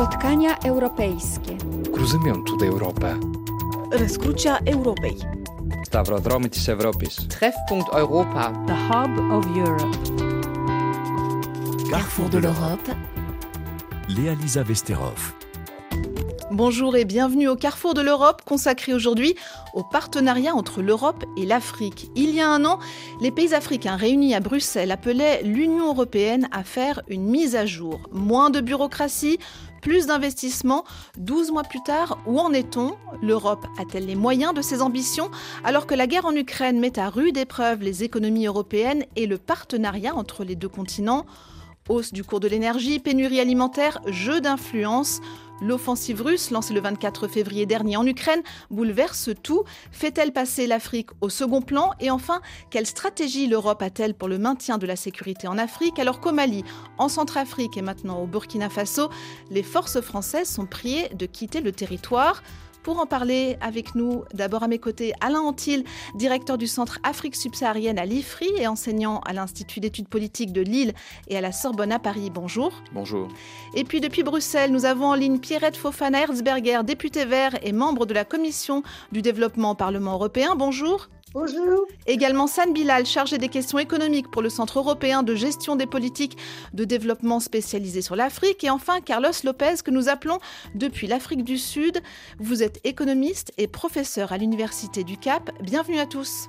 Spotkania europejskie. Cruzymiąt Europę. Rozkrucia Europei. Stavrodromy της Ευρώπης. Treffpunkt Europa. The Hub of Europe. Carrefour de l'Europe. Léa-Lisa Vesterhoff. Bonjour et bienvenue au Carrefour de l'Europe, consacré aujourd'hui au partenariat entre l'Europe et l'Afrique. Il y a un an, les pays africains réunis à Bruxelles appelaient l'Union européenne à faire une mise à jour. Moins de bureaucratie, plus d'investissement. 12 mois plus tard, où en est-on ? L'Europe a-t-elle les moyens de ses ambitions alors que la guerre en Ukraine met à rude épreuve les économies européennes et le partenariat entre les deux continents ? Hausse du cours de l'énergie, pénurie alimentaire, jeu d'influence. L'offensive russe, lancée le 24 février dernier en Ukraine, bouleverse tout. Fait-elle passer l'Afrique au second plan ? Et enfin, quelle stratégie l'Europe a-t-elle pour le maintien de la sécurité en Afrique alors qu'au Mali, en Centrafrique et maintenant au Burkina Faso, les forces françaises sont priées de quitter le territoire ? Pour en parler avec nous, d'abord à mes côtés, Alain Antil, directeur du Centre Afrique subsaharienne à l'IFRI et enseignant à l'Institut d'études politiques de Lille et à la Sorbonne à Paris. Bonjour. Bonjour. Et puis depuis Bruxelles, nous avons en ligne Pierrette Fofana-Herzberger, députée vert et membre de la Commission du développement au Parlement européen. Bonjour. Bonjour. Également San Bilal, chargé des questions économiques pour le Centre européen de gestion des politiques de développement spécialisé sur l'Afrique. Et enfin Carlos Lopez, que nous appelons depuis l'Afrique du Sud. Vous êtes économiste et professeur à l'Université du Cap. Bienvenue à tous.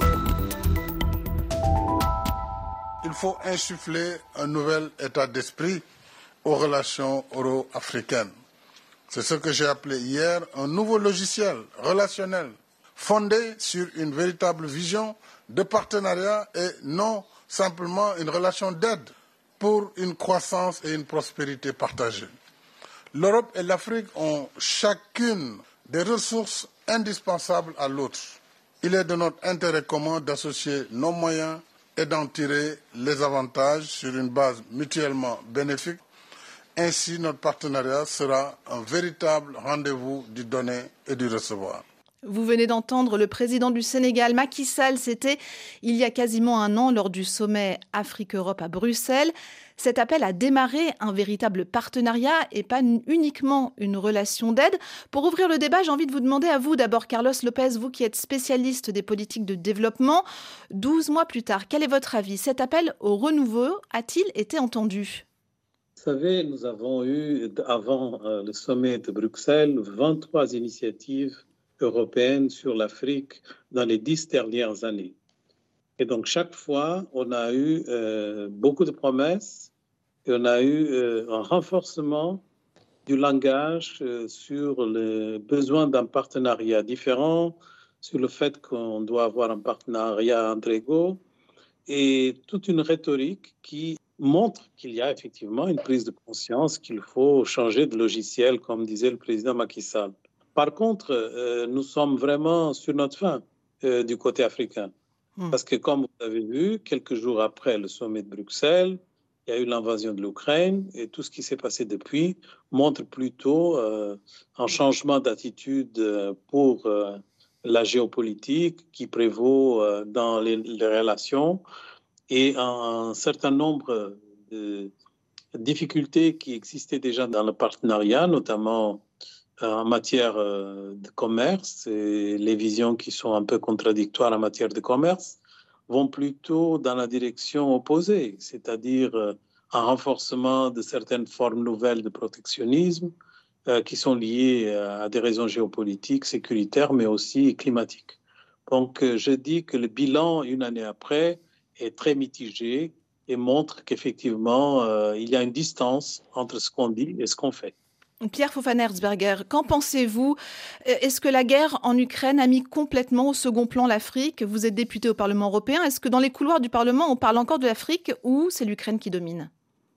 Il faut insuffler un nouvel état d'esprit aux relations euro-africaines. C'est ce que j'ai appelé hier un nouveau logiciel relationnel, fondé sur une véritable vision de partenariat et non simplement une relation d'aide pour une croissance et une prospérité partagée. L'Europe et l'Afrique ont chacune des ressources indispensables à l'autre. Il est de notre intérêt commun d'associer nos moyens et d'en tirer les avantages sur une base mutuellement bénéfique. Ainsi, notre partenariat sera un véritable rendez-vous du donner et du recevoir. Vous venez d'entendre le président du Sénégal, Macky Sall, c'était il y a quasiment un an lors du sommet Afrique-Europe à Bruxelles. Cet appel a démarré un véritable partenariat et pas uniquement une relation d'aide. Pour ouvrir le débat, j'ai envie de vous demander à vous d'abord, Carlos Lopez, vous qui êtes spécialiste des politiques de développement. 12 mois plus tard, quel est votre avis ? Cet appel au renouveau a-t-il été entendu ? Vous savez, nous avons eu, avant le sommet de Bruxelles, 23 initiatives européenne sur l'Afrique dans les 10 dernières années. Et donc, chaque fois, on a eu beaucoup de promesses et on a eu un renforcement du langage sur le besoin d'un partenariat différent, sur le fait qu'on doit avoir un partenariat entre égaux et toute une rhétorique qui montre qu'il y a effectivement une prise de conscience qu'il faut changer de logiciel, comme disait le président Macky Sall. Par contre, nous sommes vraiment sur notre faim du côté africain. Parce que comme vous avez vu, quelques jours après le sommet de Bruxelles, il y a eu l'invasion de l'Ukraine et tout ce qui s'est passé depuis montre plutôt un changement d'attitude pour la géopolitique qui prévaut dans les relations et un certain nombre de difficultés qui existaient déjà dans le partenariat, notamment en matière de commerce, et les visions qui sont un peu contradictoires en matière de commerce vont plutôt dans la direction opposée, c'est-à-dire un renforcement de certaines formes nouvelles de protectionnisme qui sont liées à des raisons géopolitiques, sécuritaires, mais aussi climatiques. Donc, je dis que le bilan, une année après, est très mitigé et montre qu'effectivement, il y a une distance entre ce qu'on dit et ce qu'on fait. Pierre Fofana-Herzberger, qu'en pensez-vous ? Est-ce que la guerre en Ukraine a mis complètement au second plan l'Afrique ? Vous êtes député au Parlement européen. Est-ce que dans les couloirs du Parlement, on parle encore de l'Afrique ou c'est l'Ukraine qui domine ?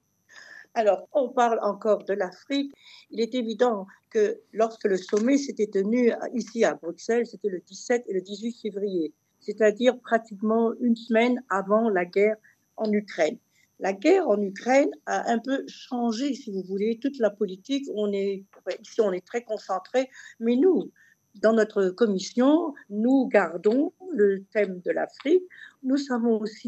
Alors, on parle encore de l'Afrique. Il est évident que lorsque le sommet s'était tenu ici à Bruxelles, c'était le 17 et le 18 février, c'est-à-dire pratiquement une semaine avant la guerre en Ukraine. La guerre en Ukraine a un peu changé, si vous voulez, toute la politique. Ici, on est très concentré, mais nous, dans notre commission, nous gardons le thème de l'Afrique. Nous savons aussi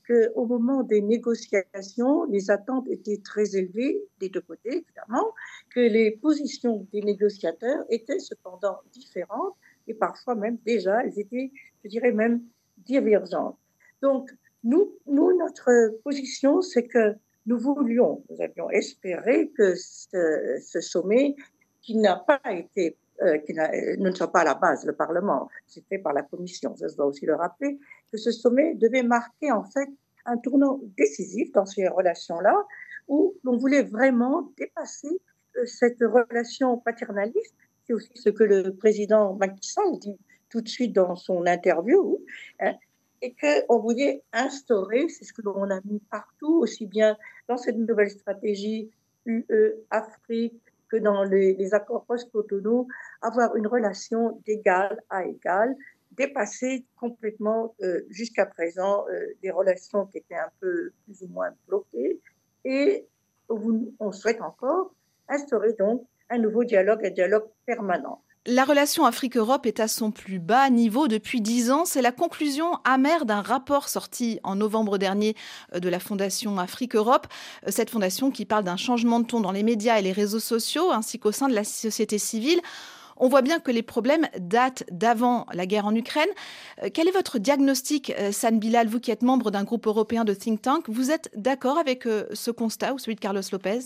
qu'au moment des négociations, les attentes étaient très élevées des deux côtés, évidemment, que les positions des négociateurs étaient cependant différentes et parfois même déjà, elles étaient, je dirais même, divergentes. Donc, nous, notre position, c'est que nous avions espéré que ce sommet, qui n'a pas été, nous ne sommes pas à la base, le Parlement, c'est fait par la Commission, ça se doit aussi le rappeler, que ce sommet devait marquer en fait un tournant décisif dans ces relations-là, où l'on voulait vraiment dépasser cette relation paternaliste. C'est aussi ce que le président Macky Sall dit tout de suite dans son interview, hein, et qu'on voulait instaurer, c'est ce que l'on a mis partout, aussi bien dans cette nouvelle stratégie UE-Afrique que dans les accords post-Cotonou, avoir une relation d'égal à égal, dépasser complètement jusqu'à présent des relations qui étaient un peu plus ou moins bloquées, et on souhaite encore instaurer donc un nouveau dialogue, un dialogue permanent. La relation Afrique-Europe est à son plus bas niveau depuis 10 ans. C'est la conclusion amère d'un rapport sorti en novembre dernier de la Fondation Afrique-Europe. Cette fondation qui parle d'un changement de ton dans les médias et les réseaux sociaux, ainsi qu'au sein de la société civile. On voit bien que les problèmes datent d'avant la guerre en Ukraine. Quel est votre diagnostic, San Bilal, vous qui êtes membre d'un groupe européen de think tank? Vous êtes d'accord avec ce constat ou celui de Carlos Lopez?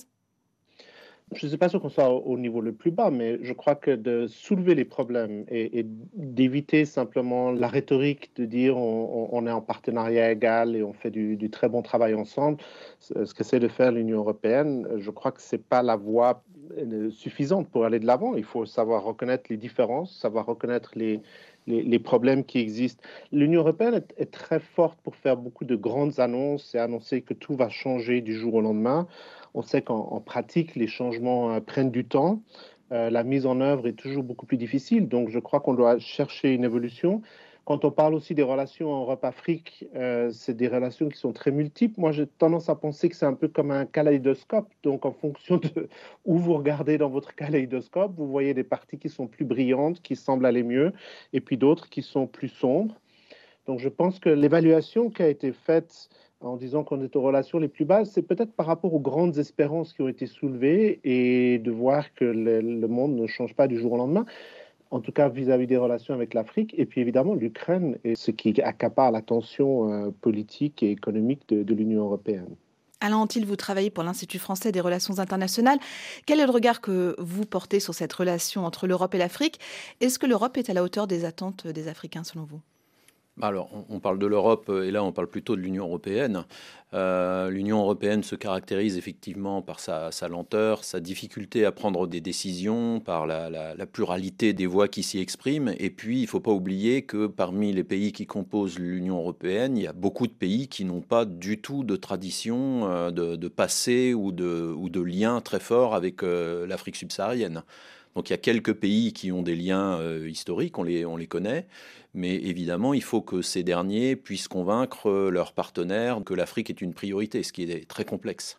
Je ne sais pas sûr qu'on soit au niveau le plus bas, mais je crois que de soulever les problèmes et d'éviter simplement la rhétorique de dire on est en partenariat égal et on fait du très bon travail ensemble, ce qu'essaie de faire l'Union européenne, je crois que ce n'est pas la voie suffisante pour aller de l'avant. Il faut savoir reconnaître les différences, savoir reconnaître les problèmes qui existent. L'Union européenne est très forte pour faire beaucoup de grandes annonces et annoncer que tout va changer du jour au lendemain. On sait qu'en pratique, les changements prennent du temps. La mise en œuvre est toujours beaucoup plus difficile. Donc, je crois qu'on doit chercher une évolution. Quand on parle aussi des relations Europe-Afrique, c'est des relations qui sont très multiples. Moi, j'ai tendance à penser que c'est un peu comme un kaléidoscope. Donc, en fonction de où vous regardez dans votre kaléidoscope, vous voyez des parties qui sont plus brillantes, qui semblent aller mieux, et puis d'autres qui sont plus sombres. Donc, je pense que l'évaluation qui a été faite en disant qu'on est aux relations les plus basses, c'est peut-être par rapport aux grandes espérances qui ont été soulevées et de voir que le monde ne change pas du jour au lendemain, en tout cas vis-à-vis des relations avec l'Afrique. Et puis évidemment, l'Ukraine est ce qui accapare l'attention politique et économique de l'Union européenne. Alain Antil, vous travaillez pour l'Institut français des relations internationales. Quel est le regard que vous portez sur cette relation entre l'Europe et l'Afrique? Est-ce que l'Europe est à la hauteur des attentes des Africains selon vous? Alors, on parle de l'Europe et là, on parle plutôt de l'Union européenne. L'Union européenne se caractérise effectivement par sa lenteur, sa difficulté à prendre des décisions, par la pluralité des voix qui s'y expriment. Et puis, il ne faut pas oublier que parmi les pays qui composent l'Union européenne, il y a beaucoup de pays qui n'ont pas du tout de tradition de passé ou de lien très fort avec l'Afrique subsaharienne. Donc il y a quelques pays qui ont des liens historiques, on les connaît, mais évidemment il faut que ces derniers puissent convaincre leurs partenaires que l'Afrique est une priorité, ce qui est très complexe.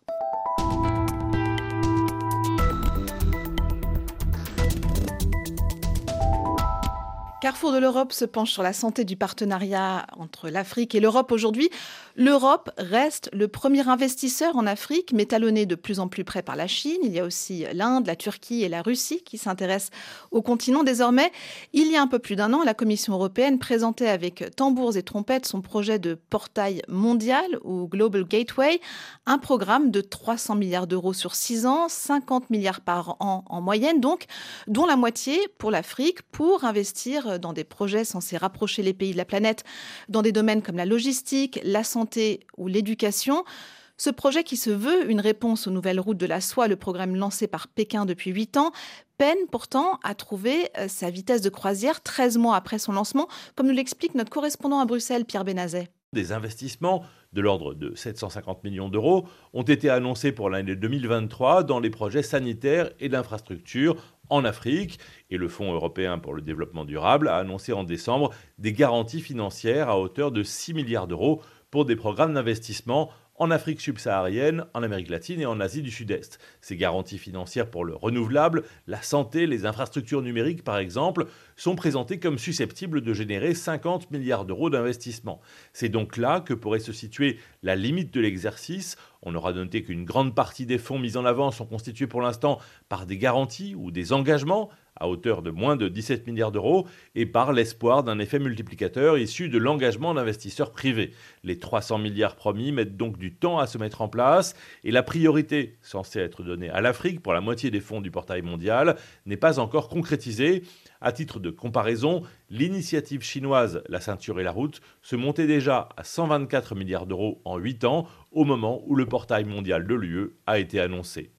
Carrefour de l'Europe se penche sur la santé du partenariat entre l'Afrique et l'Europe aujourd'hui. L'Europe reste le premier investisseur en Afrique, mais talonné de plus en plus près par la Chine. Il y a aussi l'Inde, la Turquie et la Russie qui s'intéressent au continent désormais. Il y a un peu plus d'un an, la Commission européenne présentait avec tambours et trompettes son projet de portail mondial ou Global Gateway, un programme de 300 milliards d'euros sur 6 ans, 50 milliards par an en moyenne donc, dont la moitié pour l'Afrique pour investir dans des projets censés rapprocher les pays de la planète dans des domaines comme la logistique, la santé ou l'éducation. Ce projet qui se veut une réponse aux nouvelles routes de la soie, le programme lancé par Pékin depuis 8 ans, peine pourtant à trouver sa vitesse de croisière 13 mois après son lancement, comme nous l'explique notre correspondant à Bruxelles, Pierre Benazet. Des investissements de l'ordre de 750 millions d'euros ont été annoncés pour l'année 2023 dans les projets sanitaires et d'infrastructures en Afrique. Et le Fonds européen pour le développement durable a annoncé en décembre des garanties financières à hauteur de 6 milliards d'euros pour des programmes d'investissement en Afrique subsaharienne, en Amérique latine et en Asie du Sud-Est. Ces garanties financières pour le renouvelable, la santé, les infrastructures numériques par exemple, sont présentées comme susceptibles de générer 50 milliards d'euros d'investissement. C'est donc là que pourrait se situer la limite de l'exercice. On aura noté qu'une grande partie des fonds mis en avant sont constitués pour l'instant par des garanties ou des engagements à hauteur de moins de 17 milliards d'euros et par l'espoir d'un effet multiplicateur issu de l'engagement d'investisseurs privés. Les 300 milliards promis mettent donc du temps à se mettre en place et la priorité censée être donnée à l'Afrique pour la moitié des fonds du portail mondial n'est pas encore concrétisée. À titre de comparaison, l'initiative chinoise La Ceinture et la Route se montait déjà à 124 milliards d'euros en 8 ans au moment où le portail mondial de l'UE a été annoncé.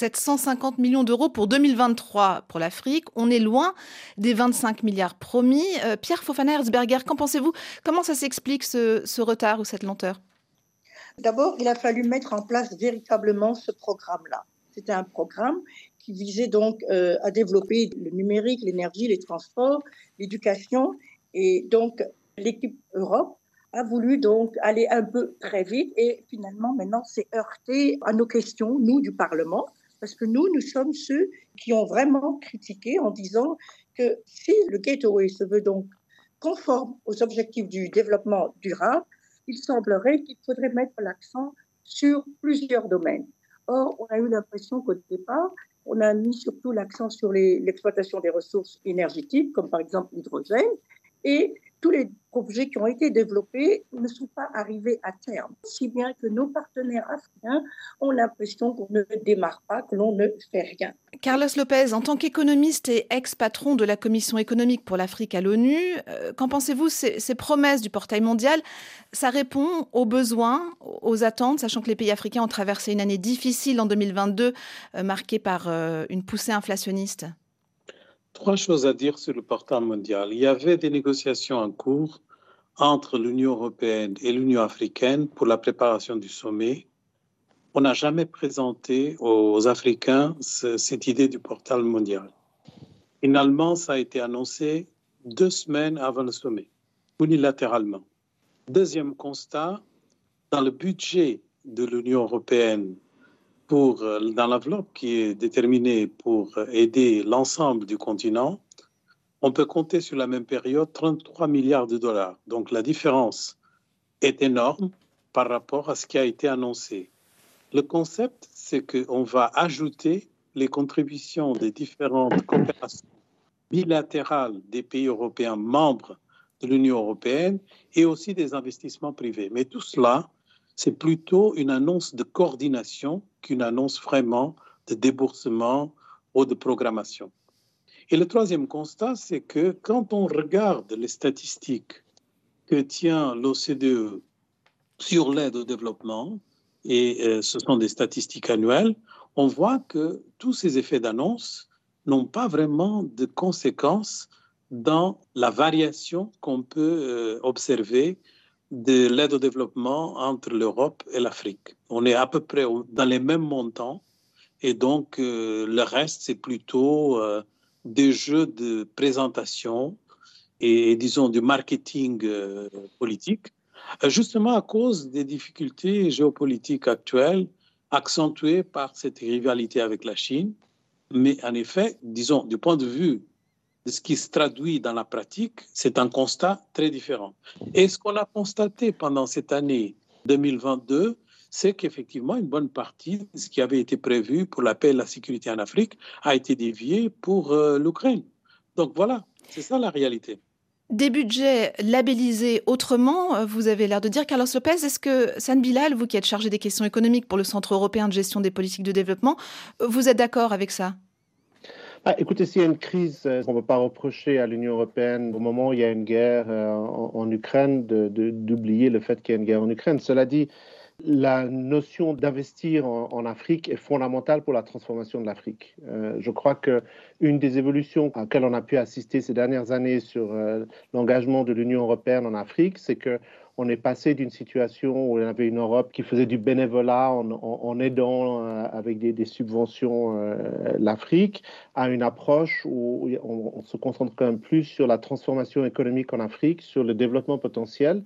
750 millions d'euros pour 2023 pour l'Afrique. On est loin des 25 milliards promis. Pierre Fofana-Herzberger, qu'en pensez-vous? Comment ça s'explique ce retard ou cette lenteur? D'abord, il a fallu mettre en place véritablement ce programme-là. C'était un programme qui visait donc à développer le numérique, l'énergie, les transports, l'éducation. Et donc, l'équipe Europe a voulu donc aller un peu très vite et finalement maintenant s'est heurté à nos questions, nous du Parlement, parce que nous sommes ceux qui ont vraiment critiqué en disant que si le Gateway se veut donc conforme aux objectifs du développement durable, il semblerait qu'il faudrait mettre l'accent sur plusieurs domaines. Or, on a eu l'impression qu'au départ, on a mis surtout l'accent sur l'exploitation des ressources énergétiques, comme par exemple l'hydrogène, et tous les projets qui ont été développés ne sont pas arrivés à terme, si bien que nos partenaires africains ont l'impression qu'on ne démarre pas, que l'on ne fait rien. Carlos Lopez, en tant qu'économiste et ex-patron de la Commission économique pour l'Afrique à l'ONU, qu'en pensez-vous? Ces promesses du portail mondial, ça répond aux besoins, aux attentes, sachant que les pays africains ont traversé une année difficile en 2022, marquée par une poussée inflationniste? 3 choses à dire sur le portail mondial. Il y avait des négociations en cours entre l'Union européenne et l'Union africaine pour la préparation du sommet. On n'a jamais présenté aux Africains cette idée du portail mondial. Finalement, ça a été annoncé 2 semaines avant le sommet, unilatéralement. Deuxième constat, dans le budget de l'Union européenne, dans l'enveloppe qui est déterminée pour aider l'ensemble du continent, on peut compter sur la même période 33 milliards de dollars. Donc la différence est énorme par rapport à ce qui a été annoncé. Le concept, c'est qu'on va ajouter les contributions des différentes coopérations bilatérales des pays européens membres de l'Union européenne et aussi des investissements privés. Mais tout cela, c'est plutôt une annonce de coordination qu'une annonce vraiment de déboursement ou de programmation. Et le troisième constat, c'est que quand on regarde les statistiques que tient l'OCDE sur l'aide au développement, et ce sont des statistiques annuelles, on voit que tous ces effets d'annonce n'ont pas vraiment de conséquences dans la variation qu'on peut observer de l'aide au développement entre l'Europe et l'Afrique. On est à peu près dans les mêmes montants et donc le reste, c'est plutôt des jeux de présentation et disons du marketing politique, justement à cause des difficultés géopolitiques actuelles accentuées par cette rivalité avec la Chine. Mais en effet, disons, du point de vue de ce qui se traduit dans la pratique, c'est un constat très différent. Et ce qu'on a constaté pendant cette année 2022, c'est qu'effectivement, une bonne partie de ce qui avait été prévu pour la paix et la sécurité en Afrique a été dévié pour l'Ukraine. Donc voilà, c'est ça la réalité. Des budgets labellisés autrement, vous avez l'air de dire, Carlos Lopez. Est-ce que San Bilal, vous qui êtes chargé des questions économiques pour le Centre européen de gestion des politiques de développement, vous êtes d'accord avec ça? Écoutez, s'il y a une crise, on ne peut pas reprocher à l'Union européenne, au moment où il y a une guerre en Ukraine, d'oublier le fait qu'il y a une guerre en Ukraine. Cela dit, la notion d'investir en Afrique est fondamentale pour la transformation de l'Afrique. Je crois qu'une des évolutions auxquelles on a pu assister ces dernières années sur l'engagement de l'Union européenne en Afrique, c'est qu'on est passé d'une situation où il y avait une Europe qui faisait du bénévolat en aidant avec des subventions l'Afrique, à une approche où on se concentre quand même plus sur la transformation économique en Afrique, sur le développement potentiel.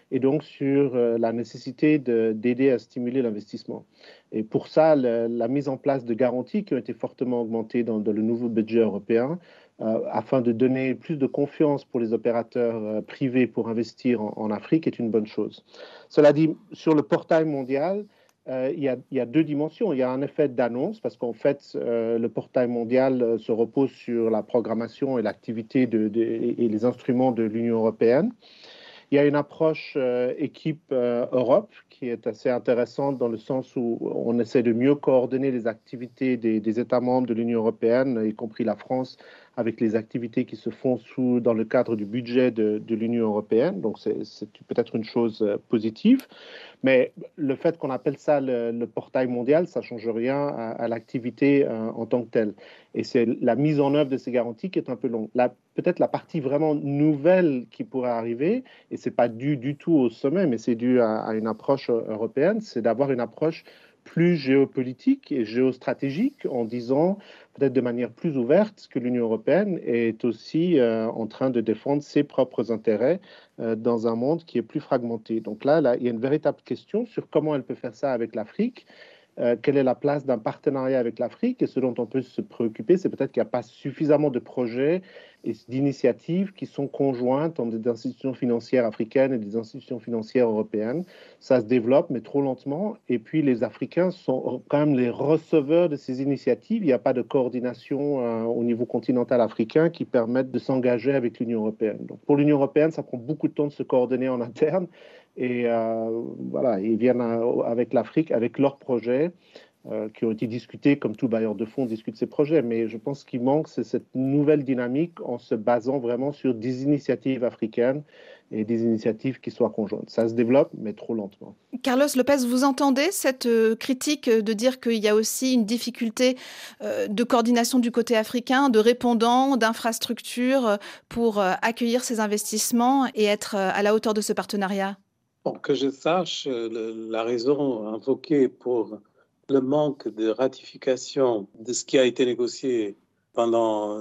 et donc sur la nécessité d'aider à stimuler l'investissement. Et pour ça, la mise en place de garanties qui ont été fortement augmentées dans le nouveau budget européen, afin de donner plus de confiance pour les opérateurs privés pour investir en Afrique, est une bonne chose. Cela dit, sur le portail mondial, il y a deux dimensions. Il y a un effet d'annonce, parce qu'en fait, le portail mondial se repose sur la programmation et l'activité et les instruments de l'Union européenne. Il y a une approche équipe Europe qui est assez intéressante dans le sens où on essaie de mieux coordonner les activités des États membres de l'Union européenne, y compris la France, avec les activités qui se font dans le cadre du budget de l'Union européenne. Donc, c'est peut-être une chose positive. Mais le fait qu'on appelle ça le portail mondial, ça ne change rien à l'activité en tant que telle. Et c'est la mise en œuvre de ces garanties qui est un peu longue. Peut-être la partie vraiment nouvelle qui pourrait arriver, et ce n'est pas dû du tout au sommet, mais c'est dû à une approche européenne, c'est d'avoir une approche plus géopolitique et géostratégique, en disant peut-être de manière plus ouverte que l'Union européenne est aussi en train de défendre ses propres intérêts dans un monde qui est plus fragmenté. Donc là, il y a une véritable question sur comment elle peut faire ça avec l'Afrique. Quelle est la place d'un partenariat avec l'Afrique? Et ce dont on peut se préoccuper, c'est peut-être qu'il n'y a pas suffisamment de projets et d'initiatives qui sont conjointes entre des institutions financières africaines et des institutions financières européennes. Ça se développe, mais trop lentement. Et puis, les Africains sont quand même les receveurs de ces initiatives. Il n'y a pas de coordination au niveau continental africain qui permette de s'engager avec l'Union européenne. Donc, pour l'Union européenne, ça prend beaucoup de temps de se coordonner en interne. Et voilà, ils viennent avec l'Afrique, avec leurs projets qui ont été discutés, comme tout bailleur de fonds discute ses projets. Mais je pense qu'il manque, c'est cette nouvelle dynamique en se basant vraiment sur des initiatives africaines et des initiatives qui soient conjointes. Ça se développe, mais trop lentement. Carlos Lopez, vous entendez cette critique de dire qu'il y a aussi une difficulté de coordination du côté africain, de répondants, d'infrastructures pour accueillir ces investissements et être à la hauteur de ce partenariat? Pour que je sache, la raison invoquée pour le manque de ratification de ce qui a été négocié pendant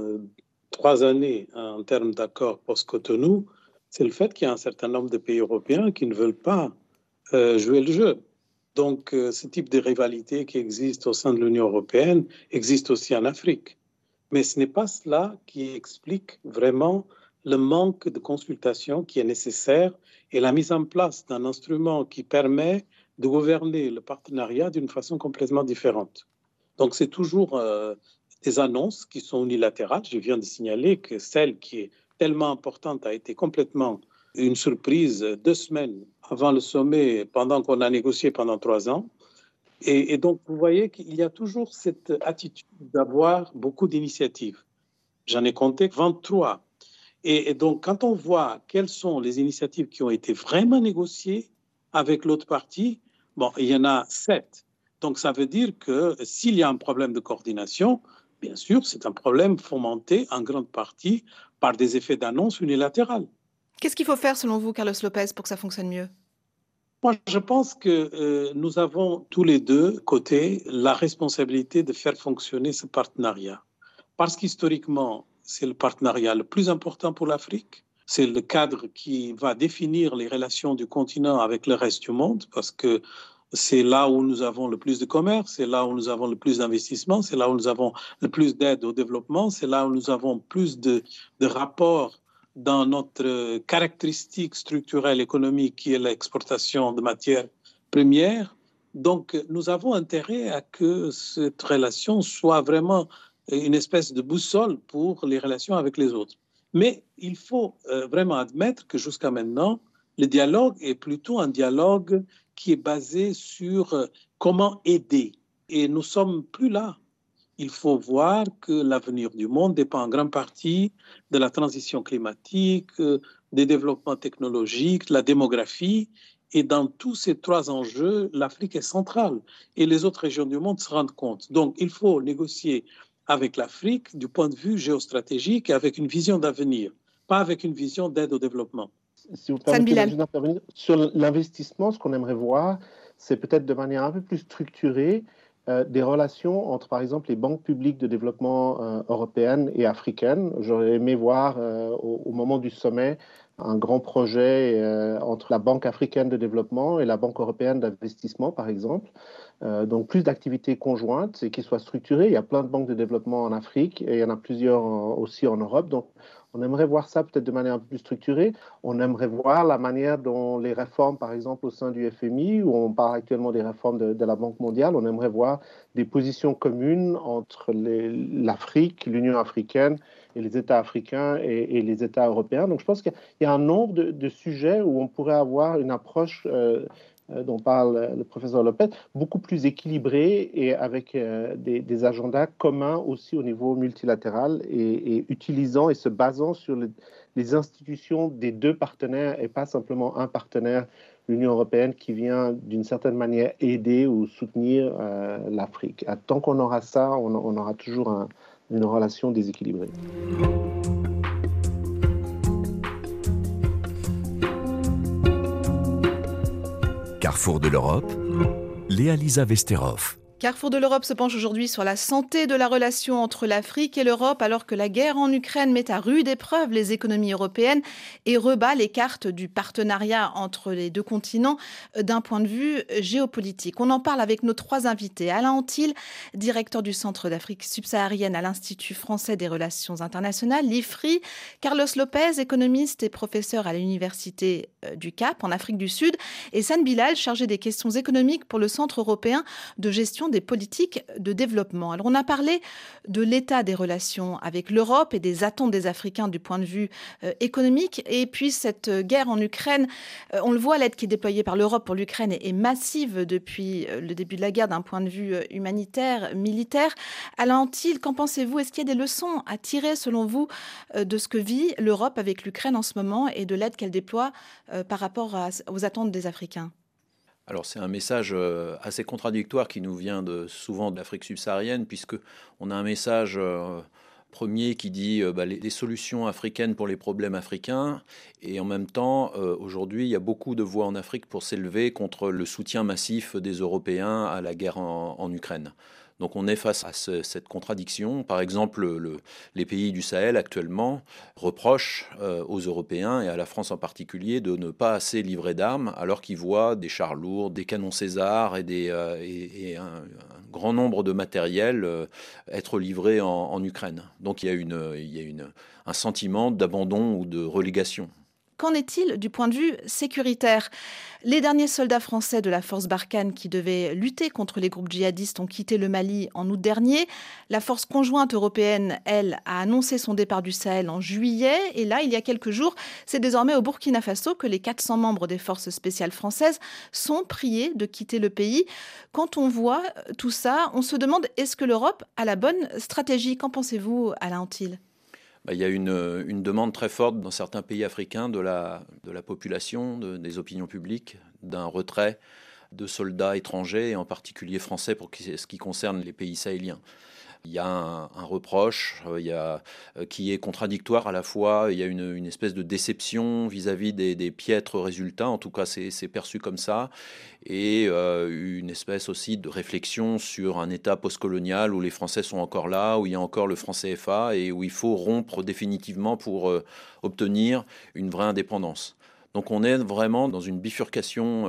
3 années en termes d'accord post-Cotonou, c'est le fait qu'il y a un certain nombre de pays européens qui ne veulent pas jouer le jeu. Donc, ce type de rivalité qui existe au sein de l'Union européenne existe aussi en Afrique. Mais ce n'est pas cela qui explique vraiment le manque de consultation qui est nécessaire et la mise en place d'un instrument qui permet de gouverner le partenariat d'une façon complètement différente. Donc, c'est toujours des annonces qui sont unilatérales. Je viens de signaler que celle qui est tellement importante a été complètement une surprise 2 semaines avant le sommet, pendant qu'on a négocié pendant 3 ans. Et donc, vous voyez qu'il y a toujours cette attitude d'avoir beaucoup d'initiatives. J'en ai compté 23. Et donc, quand on voit quelles sont les initiatives qui ont été vraiment négociées avec l'autre partie, bon, il y en a 7. Donc, ça veut dire que s'il y a un problème de coordination, bien sûr, c'est un problème fomenté en grande partie par des effets d'annonce unilatérales. Qu'est-ce qu'il faut faire, selon vous, Carlos Lopez, pour que ça fonctionne mieux? Moi, je pense que nous avons tous les deux côtés la responsabilité de faire fonctionner ce partenariat. Parce qu'historiquement, c'est le partenariat le plus important pour l'Afrique. C'est le cadre qui va définir les relations du continent avec le reste du monde, parce que c'est là où nous avons le plus de commerce, c'est là où nous avons le plus d'investissement, c'est là où nous avons le plus d'aide au développement, c'est là où nous avons plus de rapports dans notre caractéristique structurelle économique qui est l'exportation de matières premières. Donc, nous avons intérêt à que cette relation soit vraiment une espèce de boussole pour les relations avec les autres. Mais il faut vraiment admettre que jusqu'à maintenant, le dialogue est plutôt un dialogue qui est basé sur comment aider. Et nous ne sommes plus là. Il faut voir que l'avenir du monde dépend en grande partie de la transition climatique, des développements technologiques, de la démographie. Et dans tous ces 3 enjeux, l'Afrique est centrale. Et les autres régions du monde se rendent compte. Donc, il faut négocier avec l'Afrique du point de vue géostratégique et avec une vision d'avenir, pas avec une vision d'aide au développement. Si vous permettez d'intervenir sur l'investissement, ce qu'on aimerait voir, c'est peut-être de manière un peu plus structurée des relations entre, par exemple, les banques publiques de développement européennes et africaines. J'aurais aimé voir au moment du sommet un grand projet entre la Banque africaine de développement et la Banque européenne d'investissement, par exemple. Donc plus d'activités conjointes et qui soient structurées. Il y a plein de banques de développement en Afrique et il y en a plusieurs aussi en Europe. Donc on aimerait voir ça peut-être de manière un peu plus structurée. On aimerait voir la manière dont les réformes, par exemple au sein du FMI, où on parle actuellement des réformes de la Banque mondiale, on aimerait voir des positions communes entre l'Afrique, l'Union africaine et les États africains et les États européens. Donc je pense qu'il y a un nombre de sujets où on pourrait avoir une approche dont parle le professeur Lopez, beaucoup plus équilibrée et avec des agendas communs aussi au niveau multilatéral et utilisant et se basant sur les institutions des deux partenaires et pas simplement un partenaire, l'Union européenne, qui vient d'une certaine manière aider ou soutenir l'Afrique. Tant qu'on aura ça, on aura toujours une relation déséquilibrée. Carrefour de l'Europe, Léa-Lisa Vesterhoff. Carrefour de l'Europe se penche aujourd'hui sur la santé de la relation entre l'Afrique et l'Europe alors que la guerre en Ukraine met à rude épreuve les économies européennes et rebat les cartes du partenariat entre les deux continents d'un point de vue géopolitique. On en parle avec nos trois invités. Alain Antil, directeur du Centre d'Afrique subsaharienne à l'Institut français des relations internationales, l'IFRI, Carlos Lopez, économiste et professeur à l'Université du Cap en Afrique du Sud, et San Bilal, chargé des questions économiques pour le Centre européen de gestion des politiques de développement. Alors on a parlé de l'état des relations avec l'Europe et des attentes des Africains du point de vue économique. Et puis cette guerre en Ukraine, on le voit, l'aide qui est déployée par l'Europe pour l'Ukraine est massive depuis le début de la guerre d'un point de vue humanitaire, militaire. Alain Antil, qu'en pensez-vous? Est-ce qu'il y a des leçons à tirer selon vous de ce que vit l'Europe avec l'Ukraine en ce moment et de l'aide qu'elle déploie par rapport aux attentes des Africains? Alors c'est un message assez contradictoire qui nous vient souvent de l'Afrique subsaharienne, puisqu'on a un message premier qui dit les solutions africaines pour les problèmes africains, et en même temps, aujourd'hui, il y a beaucoup de voix en Afrique pour s'élever contre le soutien massif des Européens à la guerre en Ukraine. Donc on est face à cette contradiction. Par exemple, les pays du Sahel actuellement reprochent aux Européens et à la France en particulier de ne pas assez livrer d'armes alors qu'ils voient des chars lourds, des canons César et un grand nombre de matériel être livrés en Ukraine. Donc il y a un sentiment d'abandon ou de relégation. Qu'en est-il du point de vue sécuritaire? Les derniers soldats français de la force Barkhane qui devaient lutter contre les groupes djihadistes ont quitté le Mali en août dernier. La force conjointe européenne, elle, a annoncé son départ du Sahel en juillet. Et là, il y a quelques jours, c'est désormais au Burkina Faso que les 400 membres des forces spéciales françaises sont priés de quitter le pays. Quand on voit tout ça, on se demande, est-ce que l'Europe a la bonne stratégie? Qu'en pensez-vous, Alain Antil? Il y a une demande très forte dans certains pays africains de la population, des opinions publiques, d'un retrait de soldats étrangers, et en particulier français pour ce qui concerne les pays sahéliens. Il y a un reproche qui est contradictoire à la fois. Il y a une espèce de déception vis-à-vis des piètres résultats, en tout cas c'est perçu comme ça, et une espèce aussi de réflexion sur un État postcolonial où les Français sont encore là, où il y a encore le franc CFA et où il faut rompre définitivement pour obtenir une vraie indépendance. Donc on est vraiment dans une bifurcation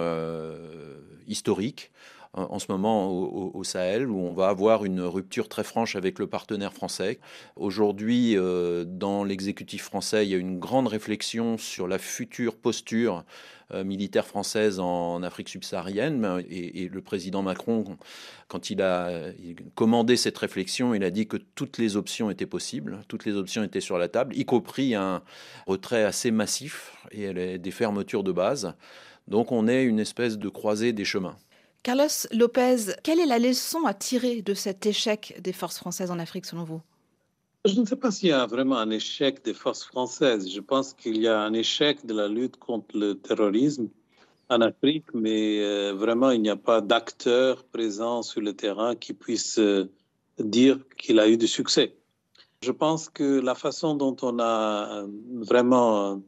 historique en ce moment au Sahel, où on va avoir une rupture très franche avec le partenaire français. Aujourd'hui, dans l'exécutif français, il y a une grande réflexion sur la future posture militaire française en Afrique subsaharienne. Et le président Macron, quand il a commandé cette réflexion, il a dit que toutes les options étaient possibles, toutes les options étaient sur la table, y compris un retrait assez massif et des fermetures de base. Donc on est une espèce de croisée des chemins. Carlos Lopez, quelle est la leçon à tirer de cet échec des forces françaises en Afrique selon vous? Je ne sais pas s'il y a vraiment un échec des forces françaises. Je pense qu'il y a un échec de la lutte contre le terrorisme en Afrique, mais vraiment il n'y a pas d'acteurs présents sur le terrain qui puissent dire qu'il a eu du succès. Je pense que la façon dont on a vraiment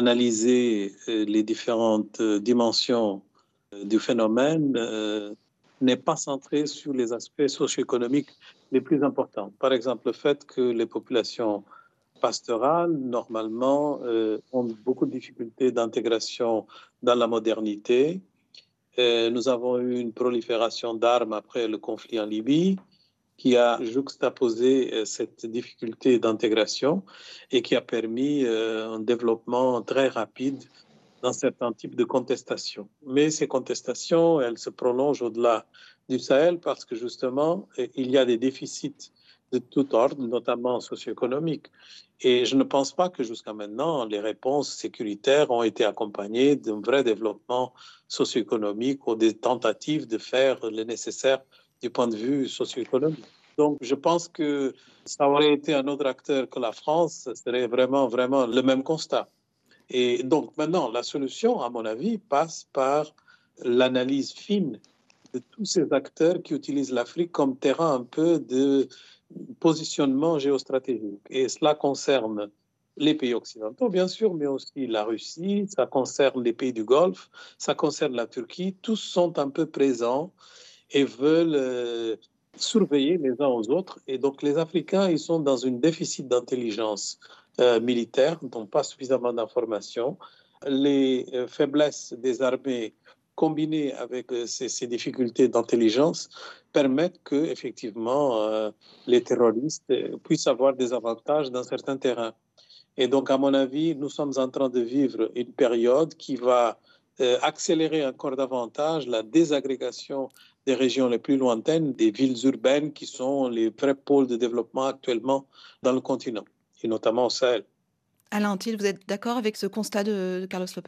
analysé les différentes dimensions du phénomène n'est pas centré sur les aspects socio-économiques les plus importants. Par exemple, le fait que les populations pastorales, normalement, ont beaucoup de difficultés d'intégration dans la modernité. Nous avons eu une prolifération d'armes après le conflit en Libye qui a juxtaposé cette difficulté d'intégration et qui a permis un développement très rapide dans certains types de contestations. Mais ces contestations, elles se prolongent au-delà du Sahel parce que justement, il y a des déficits de tout ordre, notamment socio-économiques. Et je ne pense pas que jusqu'à maintenant, les réponses sécuritaires ont été accompagnées d'un vrai développement socio-économique ou des tentatives de faire le nécessaire du point de vue socio-économique. Donc, je pense que ça aurait été un autre acteur que la France, ce serait vraiment le même constat. Et donc, maintenant, la solution, à mon avis, passe par l'analyse fine de tous ces acteurs qui utilisent l'Afrique comme terrain un peu de positionnement géostratégique. Et cela concerne les pays occidentaux, bien sûr, mais aussi la Russie, ça concerne les pays du Golfe, ça concerne la Turquie. Tous sont un peu présents et veulent surveiller les uns aux autres. Et donc, les Africains, ils sont dans un déficit d'intelligence militaire, n'ont pas suffisamment d'informations. Les faiblesses des armées combinées avec ces difficultés d'intelligence permettent que, effectivement, les terroristes puissent avoir des avantages dans certains terrains. Et donc, à mon avis, nous sommes en train de vivre une période qui va accélérer encore davantage la désagrégation des régions les plus lointaines, des villes urbaines qui sont les vrais pôles de développement actuellement dans le continent, et notamment au Sahel. Alain Antil, vous êtes d'accord avec ce constat de Carlos Lopez ?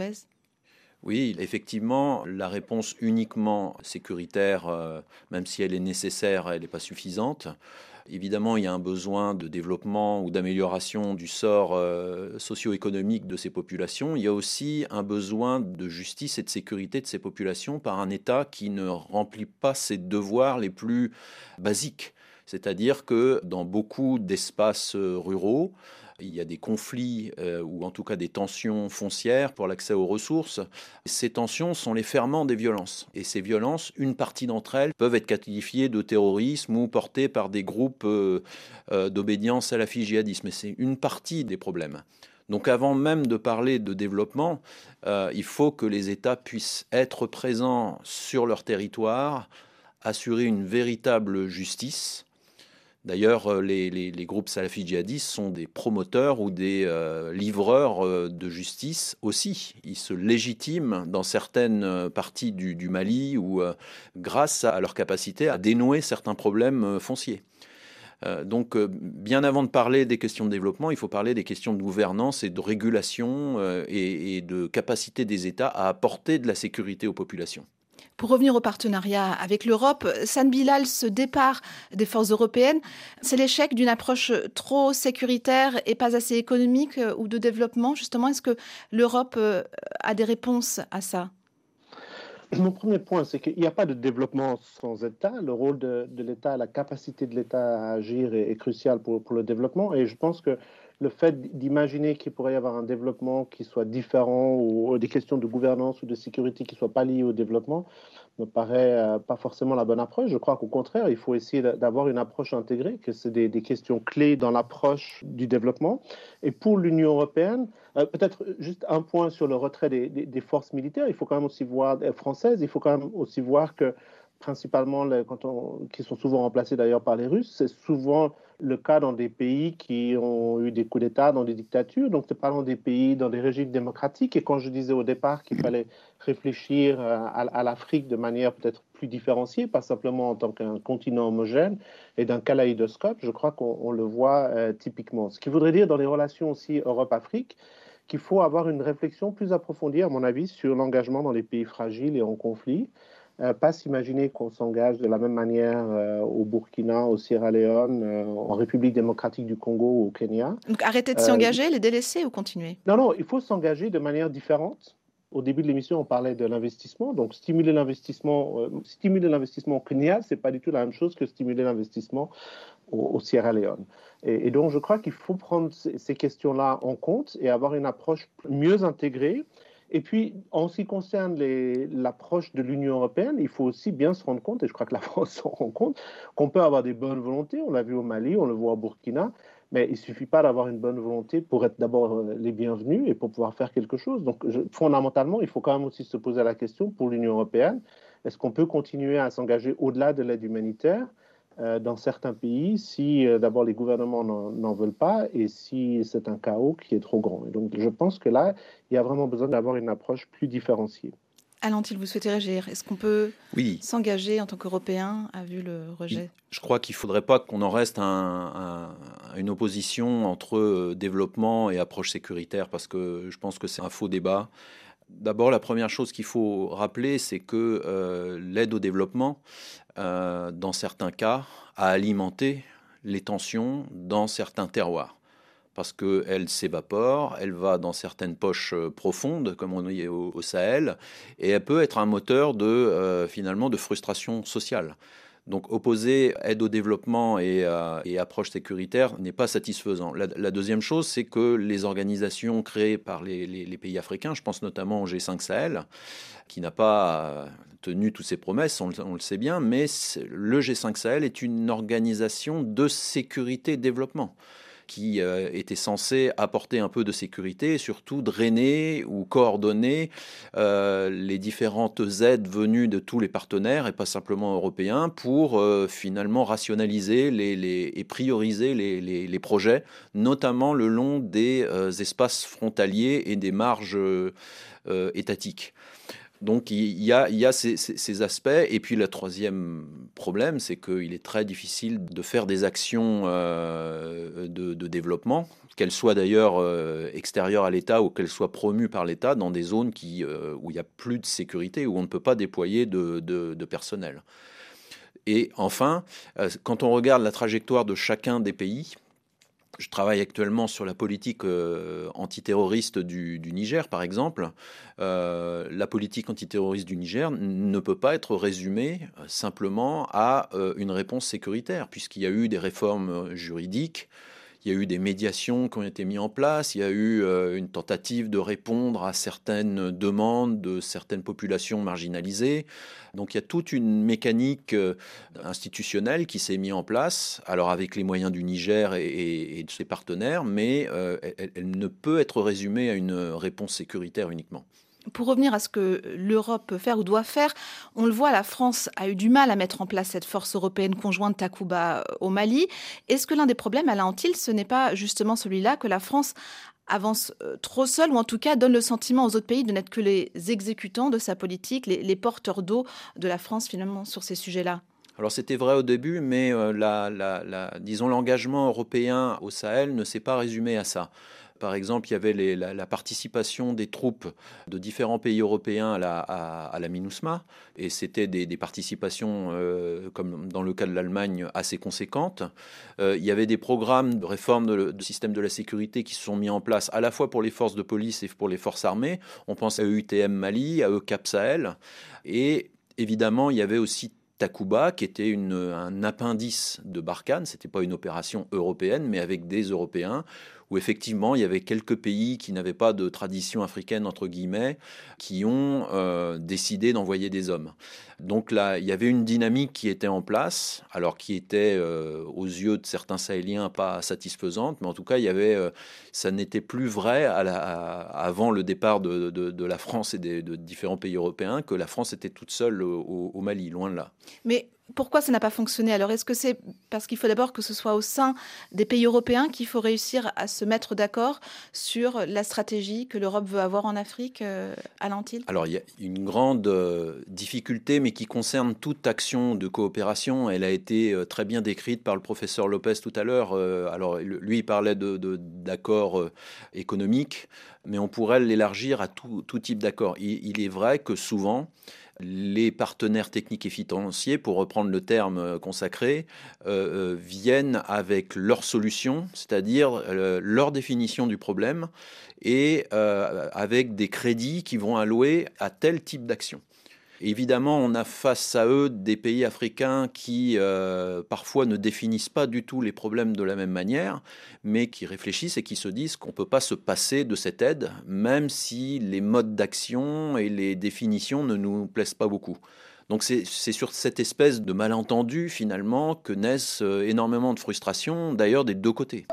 Oui, effectivement, la réponse uniquement sécuritaire, même si elle est nécessaire, elle n'est pas suffisante. Évidemment, il y a un besoin de développement ou d'amélioration du sort socio-économique de ces populations. Il y a aussi un besoin de justice et de sécurité de ces populations par un État qui ne remplit pas ses devoirs les plus basiques. C'est-à-dire que dans beaucoup d'espaces ruraux, il y a des conflits ou en tout cas des tensions foncières pour l'accès aux ressources. Ces tensions sont les ferments des violences. Et ces violences, une partie d'entre elles peuvent être qualifiées de terrorisme ou portées par des groupes d'obédience salafiste djihadiste. Mais c'est une partie des problèmes. Donc avant même de parler de développement, il faut que les États puissent être présents sur leur territoire, assurer une véritable justice. D'ailleurs, les groupes salafistes djihadistes sont des promoteurs ou des livreurs de justice aussi. Ils se légitiment dans certaines parties du Mali ou grâce à leur capacité à dénouer certains problèmes fonciers. Donc, bien avant de parler des questions de développement, il faut parler des questions de gouvernance et de régulation et de capacité des États à apporter de la sécurité aux populations. Pour revenir au partenariat avec l'Europe, San Bilal, ce départ des forces européennes, c'est l'échec d'une approche trop sécuritaire et pas assez économique ou de développement. Justement, est-ce que l'Europe a des réponses à ça ? Mon premier point, c'est qu'il n'y a pas de développement sans État. Le rôle de l'État, la capacité de l'État à agir est crucial pour le développement. Et je pense que le fait d'imaginer qu'il pourrait y avoir un développement qui soit différent ou des questions de gouvernance ou de sécurité qui ne soient pas liées au développement me paraît pas forcément la bonne approche. Je crois qu'au contraire, il faut essayer d'avoir une approche intégrée, que c'est des questions clés dans l'approche du développement. Et pour l'Union européenne, peut-être juste un point sur le retrait des forces militaires, il faut quand même aussi voir, françaises, il faut quand même aussi voir que principalement, qui sont souvent remplacés d'ailleurs par les Russes, c'est souvent le cas dans des pays qui ont eu des coups d'État, dans des dictatures. Donc, c'est pas dans des pays, dans des régimes démocratiques. Et quand je disais au départ qu'il fallait réfléchir à l'Afrique de manière peut-être plus différenciée, pas simplement en tant qu'un continent homogène et d'un kaléidoscope, je crois qu'on le voit typiquement. Ce qui voudrait dire dans les relations aussi Europe-Afrique, qu'il faut avoir une réflexion plus approfondie, à mon avis, sur l'engagement dans les pays fragiles et en conflit. Pas s'imaginer qu'on s'engage de la même manière au Burkina, au Sierra Leone, en République démocratique du Congo ou au Kenya. Donc arrêter de s'y engager, les délaisser ou continuer ? Non, il faut s'engager de manière différente. Au début de l'émission, on parlait de l'investissement. Donc stimuler l'investissement au Kenya, ce n'est pas du tout la même chose que stimuler l'investissement au Sierra Leone. Et donc je crois qu'il faut prendre ces questions-là en compte et avoir une approche mieux intégrée. Et puis, en ce qui concerne l'approche de l'Union européenne, il faut aussi bien se rendre compte, et je crois que la France s'en rend compte, qu'on peut avoir des bonnes volontés. On l'a vu au Mali, on le voit au Burkina, mais il ne suffit pas d'avoir une bonne volonté pour être d'abord les bienvenus et pour pouvoir faire quelque chose. Donc, fondamentalement, il faut quand même aussi se poser la question pour l'Union européenne, est-ce qu'on peut continuer à s'engager au-delà de l'aide humanitaire dans certains pays si d'abord les gouvernements n'en veulent pas et si c'est un chaos qui est trop grand. Et donc je pense que là, il y a vraiment besoin d'avoir une approche plus différenciée. Alain Thiel, vous souhaitez réagir? Est-ce qu'on peut s'engager en tant qu'Européens, vu le rejet? Je crois qu'il ne faudrait pas qu'on en reste à une opposition entre développement et approche sécuritaire, parce que je pense que c'est un faux débat. D'abord, la première chose qu'il faut rappeler, c'est que l'aide au développement, dans certains cas, a alimenté les tensions dans certains terroirs. Parce qu'elle s'évapore, elle va dans certaines poches profondes, comme on dit au Sahel, et elle peut être un moteur finalement de frustration sociale. Donc opposer aide au développement et approche sécuritaire n'est pas satisfaisant. La deuxième chose, c'est que les organisations créées par les pays africains, je pense notamment au G5 Sahel, qui n'a pas tenu toutes ses promesses, on le sait bien, mais le G5 Sahel est une organisation de sécurité et développement qui était censé apporter un peu de sécurité et surtout drainer ou coordonner les différentes aides venues de tous les partenaires et pas simplement européens pour finalement rationaliser et prioriser les projets, notamment le long des espaces frontaliers et des marges étatiques. Donc il y a ces aspects. Et puis le troisième problème, c'est qu'il est très difficile de faire des actions de développement, qu'elles soient d'ailleurs extérieures à l'État ou qu'elles soient promues par l'État dans des zones où il n'y a plus de sécurité, où on ne peut pas déployer de personnel. Et enfin, quand on regarde la trajectoire de chacun des pays, je travaille actuellement sur la politique antiterroriste du Niger, par exemple. La politique antiterroriste du Niger ne peut pas être résumée simplement à une réponse sécuritaire, puisqu'il y a eu des réformes juridiques, il y a eu des médiations qui ont été mises en place, il y a eu une tentative de répondre à certaines demandes de certaines populations marginalisées. Donc il y a toute une mécanique institutionnelle qui s'est mise en place, alors avec les moyens du Niger et de ses partenaires, mais elle ne peut être résumée à une réponse sécuritaire uniquement. Pour revenir à ce que l'Europe peut faire ou doit faire, on le voit, la France a eu du mal à mettre en place cette force européenne conjointe Takuba au Mali. Est-ce que l'un des problèmes, Alain Thiel, ce n'est pas justement celui-là que la France avance trop seule, ou en tout cas donne le sentiment aux autres pays de n'être que les exécutants de sa politique, les porteurs d'eau de la France finalement sur ces sujets-là? Alors c'était vrai au début, mais disons l'engagement européen au Sahel ne s'est pas résumé à ça. Par exemple, il y avait la participation des troupes de différents pays européens à la MINUSMA, et c'était des participations, comme dans le cas de l'Allemagne, assez conséquentes. Il y avait des programmes de réforme du système de la sécurité qui se sont mis en place à la fois pour les forces de police et pour les forces armées. On pense à EUTM Mali, à EUCAP Sahel, et évidemment, il y avait aussi Takuba, qui était un appendice de Barkhane. Ce n'était pas une opération européenne, mais avec des Européens, où effectivement, il y avait quelques pays qui n'avaient pas de tradition africaine, entre guillemets, qui ont décidé d'envoyer des hommes. Donc là, il y avait une dynamique qui était en place, alors qui était, aux yeux de certains Sahéliens, pas satisfaisante, mais en tout cas, ça n'était plus vrai avant le départ de la France et de différents pays européens, que la France était toute seule au Mali, loin de là. Mais pourquoi ça n'a pas fonctionné? Alors, est-ce que c'est parce qu'il faut d'abord que ce soit au sein des pays européens qu'il faut réussir à se mettre d'accord sur la stratégie que l'Europe veut avoir en Afrique, Alain Thiel? Alors, il y a une grande difficulté, mais qui concerne toute action de coopération. Elle a été très bien décrite par le professeur Lopez tout à l'heure. Alors, lui, il parlait d'accords économiques, mais on pourrait l'élargir à tout type d'accord. Il est vrai que souvent, les partenaires techniques et financiers, pour reprendre le terme consacré, viennent avec leur solution, c'est-à-dire leur définition du problème, et avec des crédits qui vont allouer à tel type d'action. Évidemment, on a face à eux des pays africains qui parfois ne définissent pas du tout les problèmes de la même manière, mais qui réfléchissent et qui se disent qu'on ne peut pas se passer de cette aide, même si les modes d'action et les définitions ne nous plaisent pas beaucoup. Donc c'est sur cette espèce de malentendu finalement que naissent énormément de frustrations, d'ailleurs des deux côtés.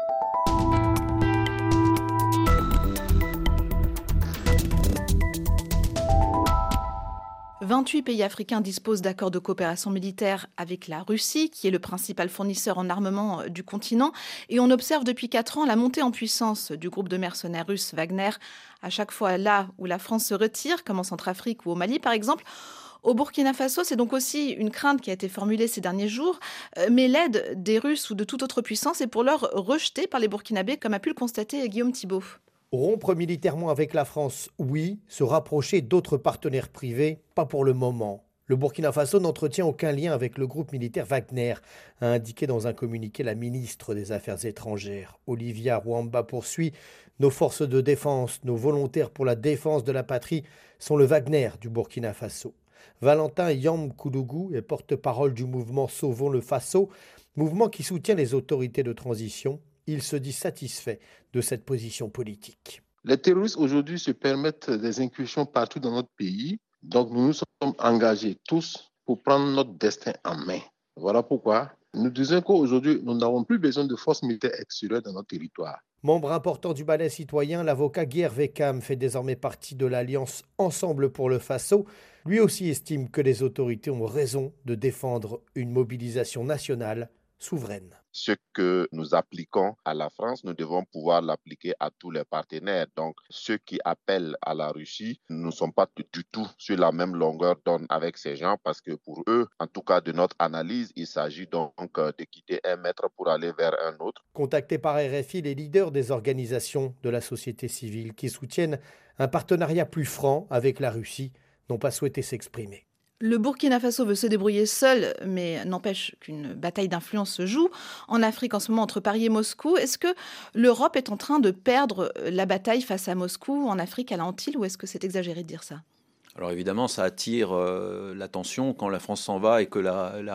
28 pays africains disposent d'accords de coopération militaire avec la Russie, qui est le principal fournisseur en armement du continent. Et on observe depuis 4 ans la montée en puissance du groupe de mercenaires russes Wagner. À chaque fois là où la France se retire, comme en Centrafrique ou au Mali par exemple. Au Burkina Faso, c'est donc aussi une crainte qui a été formulée ces derniers jours. Mais l'aide des Russes ou de toute autre puissance est pour l'heure rejetée par les Burkinabés, comme a pu le constater Guillaume Thibault. Rompre militairement avec la France, oui. Se rapprocher d'autres partenaires privés, pas pour le moment. Le Burkina Faso n'entretient aucun lien avec le groupe militaire Wagner, a indiqué dans un communiqué la ministre des Affaires étrangères. Olivia Rwamba poursuit « Nos forces de défense, nos volontaires pour la défense de la patrie sont le Wagner du Burkina Faso ». Valentin Yamkoulougou est porte-parole du mouvement Sauvons le Faso, mouvement qui soutient les autorités de transition. Il se dit satisfait de cette position politique. Les terroristes aujourd'hui se permettent des incursions partout dans notre pays. Donc nous nous sommes engagés tous pour prendre notre destin en main. Voilà pourquoi nous disons qu'aujourd'hui, nous n'avons plus besoin de forces militaires extérieures dans notre territoire. Membre important du Balai citoyen, l'avocat Guy Vekam fait désormais partie de l'alliance Ensemble pour le Faso. Lui aussi estime que les autorités ont raison de défendre une mobilisation nationale souveraine. Ce que nous appliquons à la France, nous devons pouvoir l'appliquer à tous les partenaires. Donc, ceux qui appellent à la Russie ne sont pas du tout sur la même longueur d'onde avec ces gens parce que pour eux, en tout cas de notre analyse, il s'agit donc de quitter un maître pour aller vers un autre. Contactés par RFI, les leaders des organisations de la société civile qui soutiennent un partenariat plus franc avec la Russie n'ont pas souhaité s'exprimer. Le Burkina Faso veut se débrouiller seul, mais n'empêche qu'une bataille d'influence se joue en Afrique en ce moment entre Paris et Moscou. Est-ce que l'Europe est en train de perdre la bataille face à Moscou, en Afrique, à la Antille, ou est-ce que c'est exagéré de dire ça ? Alors évidemment, ça attire l'attention quand la France s'en va et que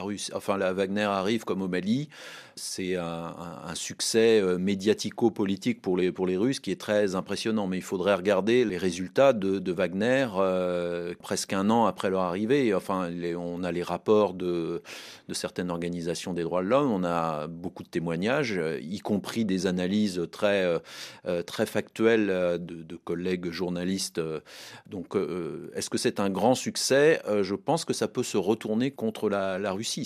la Wagner arrive comme au Mali. C'est un succès médiatico-politique pour les Russes qui est très impressionnant. Mais il faudrait regarder les résultats de Wagner presque un an après leur arrivée. Enfin, on a les rapports de certaines organisations des droits de l'homme. On a beaucoup de témoignages, y compris des analyses très factuelles de collègues journalistes. Donc, est-ce que c'est un grand succès ? Je pense que ça peut se retourner contre la Russie.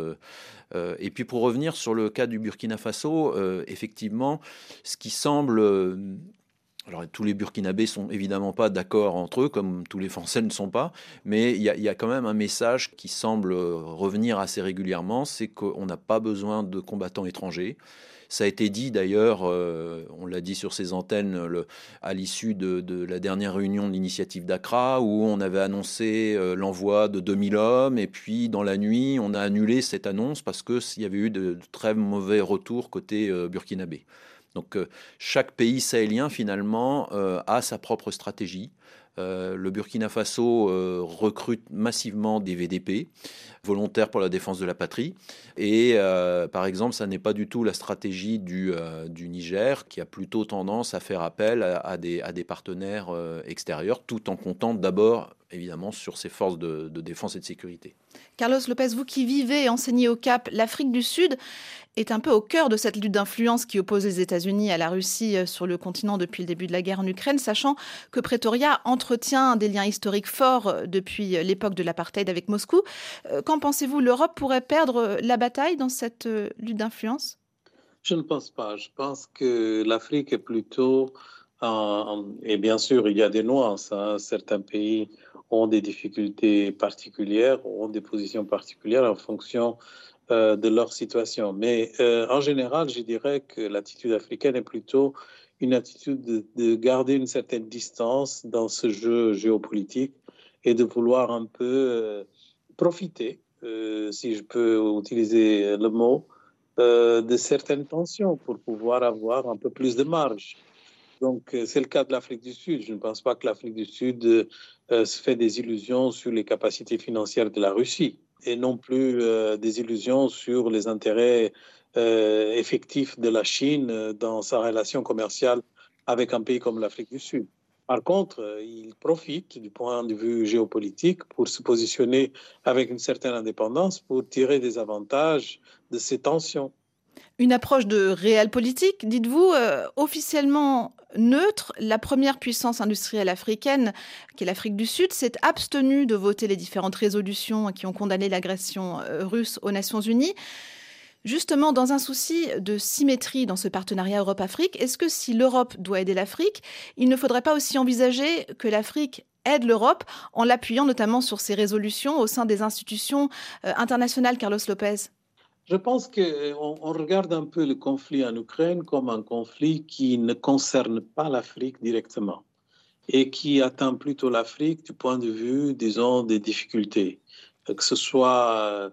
Et puis pour revenir sur le cas du Burkina Faso, effectivement, ce qui semble... alors tous les Burkinabés sont évidemment pas d'accord entre eux, comme tous les Français ne sont pas, mais il y a quand même un message qui semble revenir assez régulièrement, c'est qu'on n'a pas besoin de combattants étrangers. Ça a été dit d'ailleurs, on l'a dit sur ces antennes à l'issue de la dernière réunion de l'initiative d'Accra où on avait annoncé l'envoi de 2000 hommes et puis dans la nuit on a annulé cette annonce parce qu'il y avait eu de très mauvais retours côté burkinabé. Donc chaque pays sahélien finalement a sa propre stratégie. Le Burkina Faso recrute massivement des VDP, volontaires pour la défense de la patrie. Et par exemple, ça n'est pas du tout la stratégie du Niger, qui a plutôt tendance à faire appel à des partenaires extérieurs, tout en comptant d'abord, évidemment, sur ses forces de défense et de sécurité. Carlos Lopez, vous qui vivez et enseignez au Cap, l'Afrique du Sud est un peu au cœur de cette lutte d'influence qui oppose les États-Unis à la Russie sur le continent depuis le début de la guerre en Ukraine, sachant que Pretoria entretient des liens historiques forts depuis l'époque de l'apartheid avec Moscou. Qu'en pensez-vous ? L'Europe pourrait perdre la bataille dans cette lutte d'influence ? Je ne pense pas. Je pense que l'Afrique est plutôt... et bien sûr, il y a des nuances. Certains pays ont des difficultés particulières, ont des positions particulières en fonction de leur situation. Mais en général, je dirais que l'attitude africaine est plutôt une attitude de garder une certaine distance dans ce jeu géopolitique et de vouloir un peu profiter, si je peux utiliser le mot, de certaines tensions pour pouvoir avoir un peu plus de marge. Donc, c'est le cas de l'Afrique du Sud. Je ne pense pas que l'Afrique du Sud se fait des illusions sur les capacités financières de la Russie et non plus des illusions sur les intérêts effectifs de la Chine dans sa relation commerciale avec un pays comme l'Afrique du Sud. Par contre, il profite du point de vue géopolitique pour se positionner avec une certaine indépendance pour tirer des avantages de ces tensions. Une approche de réelle politique, dites-vous, officiellement neutre, la première puissance industrielle africaine, qui est l'Afrique du Sud, s'est abstenue de voter les différentes résolutions qui ont condamné l'agression russe aux Nations Unies. Justement, dans un souci de symétrie dans ce partenariat Europe-Afrique, est-ce que si l'Europe doit aider l'Afrique, il ne faudrait pas aussi envisager que l'Afrique aide l'Europe en l'appuyant notamment sur ses résolutions au sein des institutions internationales, Carlos Lopez ? Je pense qu'on regarde un peu le conflit en Ukraine comme un conflit qui ne concerne pas l'Afrique directement et qui atteint plutôt l'Afrique du point de vue, disons, des difficultés, que ce soit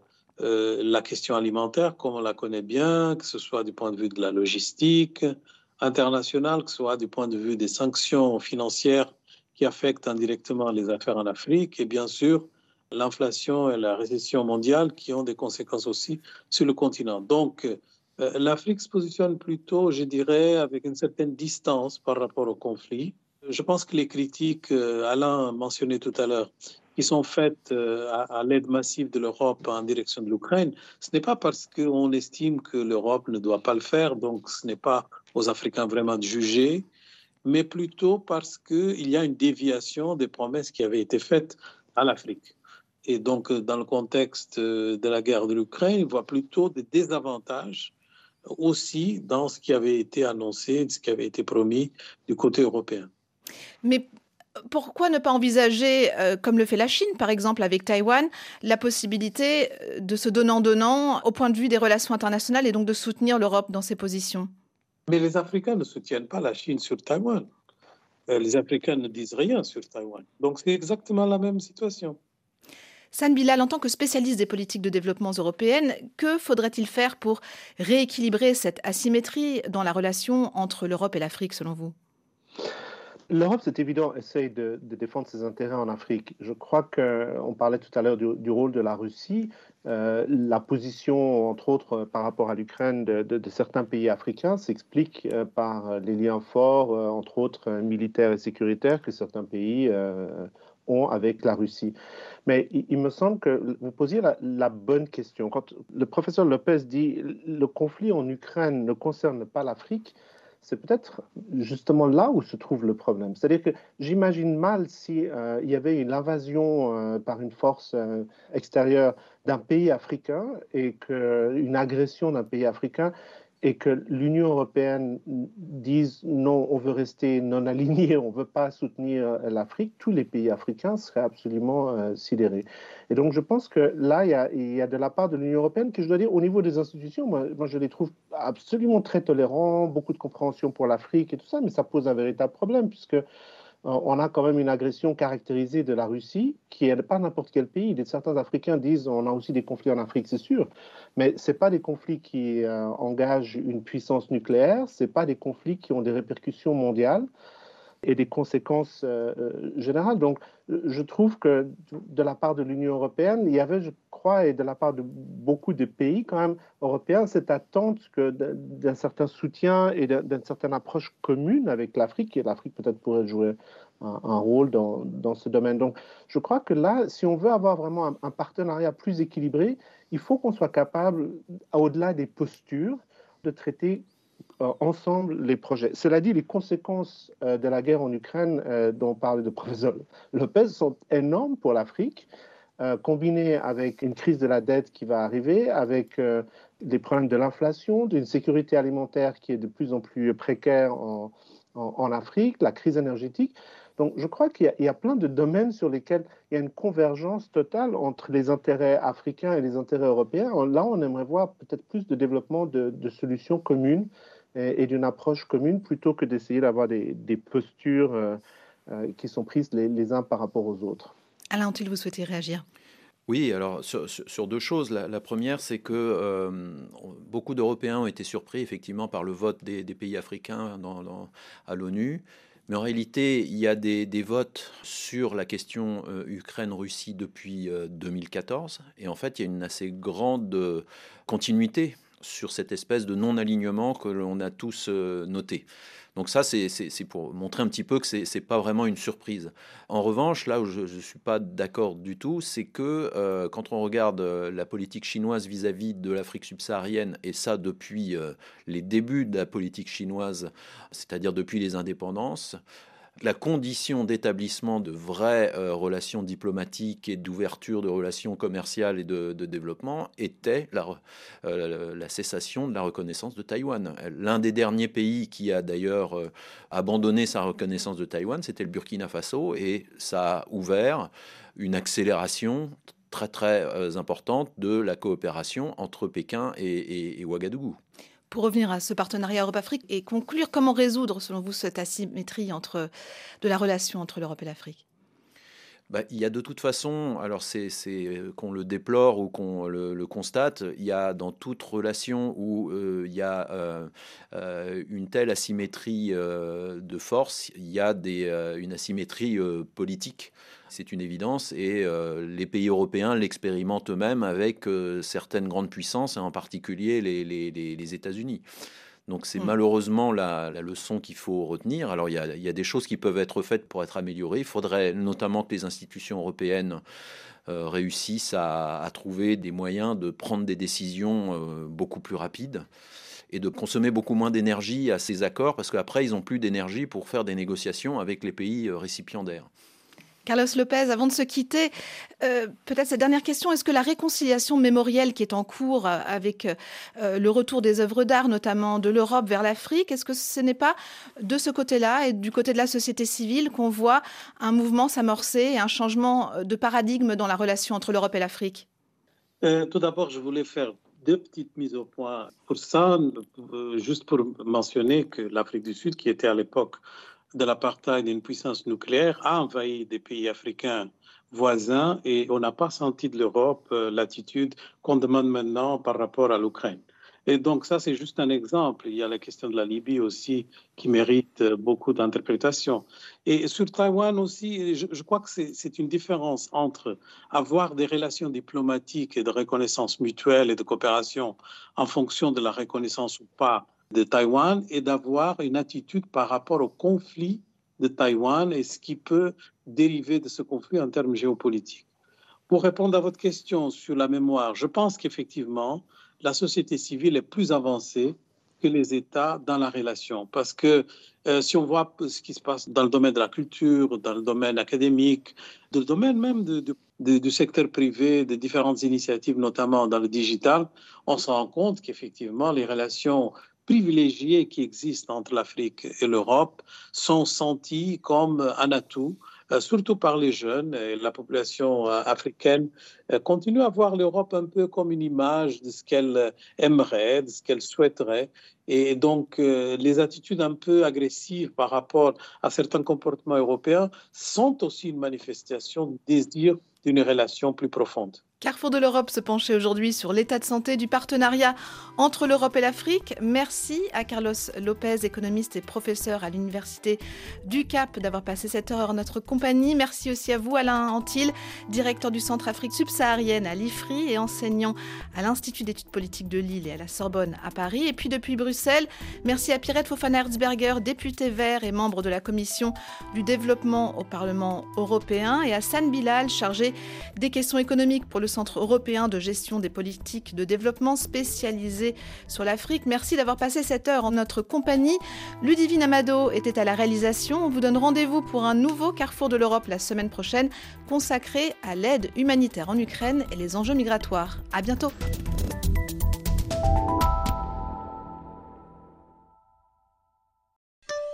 la question alimentaire, comme on la connaît bien, que ce soit du point de vue de la logistique internationale, que ce soit du point de vue des sanctions financières qui affectent indirectement les affaires en Afrique et bien sûr l'inflation et la récession mondiale qui ont des conséquences aussi sur le continent. Donc, l'Afrique se positionne plutôt, je dirais, avec une certaine distance par rapport au conflit. Je pense que les critiques, Alain mentionnait tout à l'heure, qui sont faites à l'aide massive de l'Europe en direction de l'Ukraine, ce n'est pas parce qu'on estime que l'Europe ne doit pas le faire, donc ce n'est pas aux Africains vraiment de juger, mais plutôt parce qu'il y a une déviation des promesses qui avaient été faites à l'Afrique. Et donc, dans le contexte de la guerre de l'Ukraine, il voit plutôt des désavantages aussi dans ce qui avait été annoncé, ce qui avait été promis du côté européen. Mais pourquoi ne pas envisager, comme le fait la Chine, par exemple, avec Taïwan, la possibilité de se donnant-donnant au point de vue des relations internationales et donc de soutenir l'Europe dans ses positions ? Mais les Africains ne soutiennent pas la Chine sur Taïwan. Les Africains ne disent rien sur Taïwan. Donc, c'est exactement la même situation. San Bilal, en tant que spécialiste des politiques de développement européennes, que faudrait-il faire pour rééquilibrer cette asymétrie dans la relation entre l'Europe et l'Afrique, selon vous ? L'Europe, c'est évident, essaye de défendre ses intérêts en Afrique. Je crois qu'on parlait tout à l'heure du rôle de la Russie. La position, entre autres, par rapport à l'Ukraine de certains pays africains s'explique par les liens forts, entre autres militaires et sécuritaires, que certains pays ont avec la Russie. Mais il me semble que vous posiez la bonne question. Quand le professeur Lopez dit « le conflit en Ukraine ne concerne pas l'Afrique », c'est peut-être justement là où se trouve le problème. C'est-à-dire que j'imagine mal si il y avait une invasion par une force extérieure d'un pays africain et une agression d'un pays africain et que l'Union européenne dise non, on veut rester non aligné, on ne veut pas soutenir l'Afrique, tous les pays africains seraient absolument sidérés. Et donc je pense que là, il y a de la part de l'Union européenne que je dois dire, au niveau des institutions, moi je les trouve absolument très tolérants, beaucoup de compréhension pour l'Afrique et tout ça, mais ça pose un véritable problème puisque on a quand même une agression caractérisée de la Russie, qui n'est pas n'importe quel pays. Certains Africains disent on a aussi des conflits en Afrique, c'est sûr, mais ce n'est pas des conflits qui engagent une puissance nucléaire, ce n'est pas des conflits qui ont des répercussions mondiales et des conséquences générales. Donc, je trouve que de la part de l'Union européenne, il y avait, je crois, et de la part de beaucoup de pays quand même européens, cette attente d'un certain soutien et d'une certaine approche commune avec l'Afrique, et l'Afrique peut-être pourrait jouer un rôle dans ce domaine. Donc, je crois que là, si on veut avoir vraiment un partenariat plus équilibré, il faut qu'on soit capable, au-delà des postures, de traiter ensemble les projets. Cela dit, les conséquences de la guerre en Ukraine dont parlait le professeur Lopez sont énormes pour l'Afrique, combinées avec une crise de la dette qui va arriver, avec des problèmes de l'inflation, d'une sécurité alimentaire qui est de plus en plus précaire en Afrique, la crise énergétique. Donc, je crois qu'il y a plein de domaines sur lesquels il y a une convergence totale entre les intérêts africains et les intérêts européens. Là, on aimerait voir peut-être plus de développement de solutions communes et d'une approche commune plutôt que d'essayer d'avoir des postures qui sont prises les uns par rapport aux autres. Alain Antil, vous souhaitez réagir ? Oui, alors sur deux choses. La première, c'est que beaucoup d'Européens ont été surpris effectivement par le vote des pays africains à l'ONU. Mais en réalité, il y a des votes sur la question Ukraine-Russie depuis 2014. Et en fait, il y a une assez grande continuité sur cette espèce de non-alignement que l'on a tous noté. Donc ça, c'est pour montrer un petit peu que c'est pas vraiment une surprise. En revanche, là où je ne suis pas d'accord du tout, c'est que quand on regarde la politique chinoise vis-à-vis de l'Afrique subsaharienne, et ça depuis les débuts de la politique chinoise, c'est-à-dire depuis les indépendances, la condition d'établissement de vraies relations diplomatiques et d'ouverture de relations commerciales et de développement était la cessation de la reconnaissance de Taïwan. L'un des derniers pays qui a d'ailleurs abandonné sa reconnaissance de Taïwan, c'était le Burkina Faso, et ça a ouvert une accélération très très importante de la coopération entre Pékin et Ouagadougou. Pour revenir à ce partenariat Europe-Afrique et conclure, comment résoudre, selon vous, cette asymétrie de la relation entre l'Europe et l'Afrique ? Il y a de toute façon, alors c'est qu'on le déplore ou qu'on le constate, il y a dans toute relation où il y a une telle asymétrie de force, il y a une asymétrie politique. C'est une évidence, et les pays européens l'expérimentent eux-mêmes avec certaines grandes puissances, et en particulier les États-Unis. Donc c'est malheureusement la leçon qu'il faut retenir. Alors il y a des choses qui peuvent être faites pour être améliorées. Il faudrait notamment que les institutions européennes réussissent à trouver des moyens de prendre des décisions beaucoup plus rapides et de consommer beaucoup moins d'énergie à ces accords, parce qu'après ils n'ont plus d'énergie pour faire des négociations avec les pays récipiendaires. Carlos Lopez, avant de se quitter, peut-être cette dernière question, est-ce que la réconciliation mémorielle qui est en cours avec le retour des œuvres d'art, notamment de l'Europe vers l'Afrique, est-ce que ce n'est pas de ce côté-là et du côté de la société civile qu'on voit un mouvement s'amorcer et un changement de paradigme dans la relation entre l'Europe et l'Afrique ? Tout d'abord, je voulais faire deux petites mises au point. Pour ça, juste pour mentionner que l'Afrique du Sud, qui était à l'époque de l'apartheid d'une puissance nucléaire, a envahi des pays africains voisins, et on n'a pas senti de l'Europe l'attitude qu'on demande maintenant par rapport à l'Ukraine. Et donc ça, c'est juste un exemple. Il y a la question de la Libye aussi qui mérite beaucoup d'interprétation. Et sur Taïwan aussi, je crois que c'est une différence entre avoir des relations diplomatiques et de reconnaissance mutuelle et de coopération en fonction de la reconnaissance ou pas de Taïwan, et d'avoir une attitude par rapport au conflit de Taïwan et ce qui peut dériver de ce conflit en termes géopolitiques. Pour répondre à votre question sur la mémoire, je pense qu'effectivement, la société civile est plus avancée que les États dans la relation. Parce que si on voit ce qui se passe dans le domaine de la culture, dans le domaine académique, dans le domaine même du secteur privé, de différentes initiatives, notamment dans le digital, on se rend compte qu'effectivement, les relations privilégiés qui existent entre l'Afrique et l'Europe sont sentis comme un atout, surtout par les jeunes. Et la population africaine continue à voir l'Europe un peu comme une image de ce qu'elle aimerait, de ce qu'elle souhaiterait. Et donc, les attitudes un peu agressives par rapport à certains comportements européens sont aussi une manifestation du désir d'une relation plus profonde. Carrefour de l'Europe se penchait aujourd'hui sur l'état de santé du partenariat entre l'Europe et l'Afrique. Merci à Carlos Lopez, économiste et professeur à l'Université du Cap, d'avoir passé cette heure en notre compagnie. Merci aussi à vous, Alain Antil, directeur du Centre Afrique subsaharienne à l'IFRI et enseignant à l'Institut d'études politiques de Lille et à la Sorbonne à Paris. Et puis depuis Bruxelles, merci à Pierrette Fofana-Herzberger, députée vert et membre de la Commission du développement au Parlement européen, et à San Bilal, chargé des questions économiques pour le Centre européen de gestion des politiques de développement spécialisé sur l'Afrique. Merci d'avoir passé cette heure en notre compagnie. Ludivine Amado était à la réalisation. On vous donne rendez-vous pour un nouveau Carrefour de l'Europe la semaine prochaine, consacré à l'aide humanitaire en Ukraine et les enjeux migratoires. À bientôt.